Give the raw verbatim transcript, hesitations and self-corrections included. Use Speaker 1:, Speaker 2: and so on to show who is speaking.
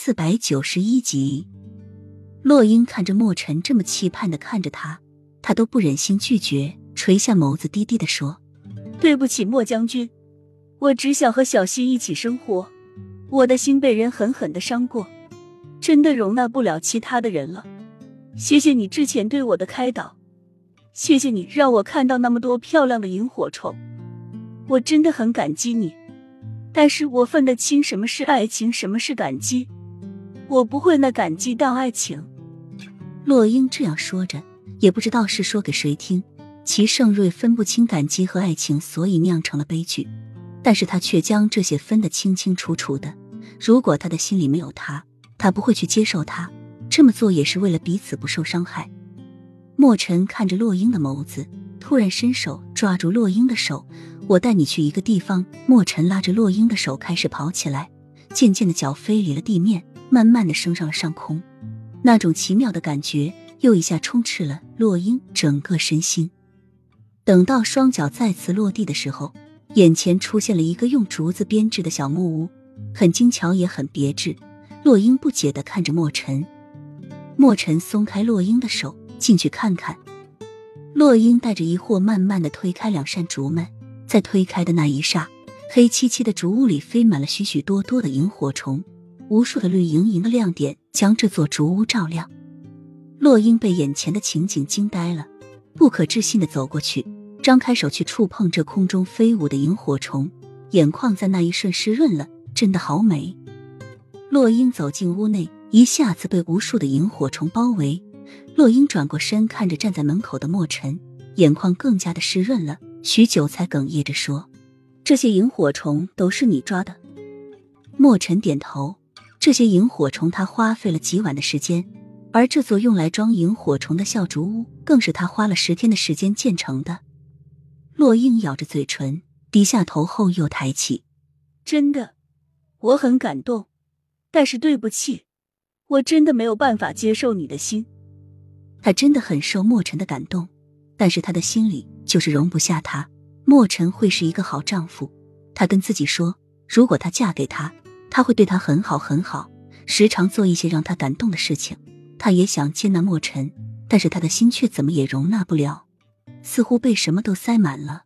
Speaker 1: 四百九十一集。洛英看着墨尘这么期盼地看着他，他都不忍心拒绝，垂下眸子低低地说：
Speaker 2: 对不起墨将军，我只想和小溪一起生活，我的心被人狠狠地伤过，真的容纳不了其他的人了。谢谢你之前对我的开导，谢谢你让我看到那么多漂亮的萤火虫，我真的很感激你。但是我分得清什么是爱情，什么是感激，我不会拿感激当爱情。
Speaker 1: 洛英这样说着，也不知道是说给谁听。齐盛瑞分不清感激和爱情，所以酿成了悲剧，但是他却将这些分得清清楚楚的。如果他的心里没有他，他不会去接受他，这么做也是为了彼此不受伤害。墨尘看着洛英的眸子，突然伸手抓住洛英的手，我带你去一个地方。墨尘拉着洛英的手开始跑起来，渐渐的脚飞离了地面，慢慢的升上了上空。那种奇妙的感觉又一下充斥了洛英整个身心。等到双脚再次落地的时候，眼前出现了一个用竹子编制的小木屋，很精巧也很别致。洛英不解地看着墨尘，墨尘松开洛英的手，进去看看。洛英带着疑惑慢慢地推开两扇竹门，在推开的那一刹，黑漆漆的竹屋里飞满了许许多多的萤火虫，无数的绿莹莹的亮点将这座竹屋照亮。洛英被眼前的情景惊呆了，不可置信地走过去，张开手去触碰这空中飞舞的萤火虫，眼眶在那一瞬湿润了，真的好美。洛英走进屋内，一下子被无数的萤火虫包围。洛英转过身看着站在门口的墨尘，眼眶更加的湿润了，许久才哽咽着说：这些萤火虫都是你抓的？墨尘点头，这些萤火虫他花费了几晚的时间，而这座用来装萤火虫的小竹屋更是他花了十天的时间建成的。洛英咬着嘴唇，低下头后又抬起：
Speaker 2: 真的，我很感动，但是对不起，我真的没有办法接受你的心。
Speaker 1: 他真的很受墨尘的感动，但是他的心里就是容不下他。墨尘会是一个好丈夫，他跟自己说，如果他嫁给他，他会对他很好很好，时常做一些让他感动的事情。他也想接纳墨尘，但是他的心却怎么也容纳不了，似乎被什么都塞满了。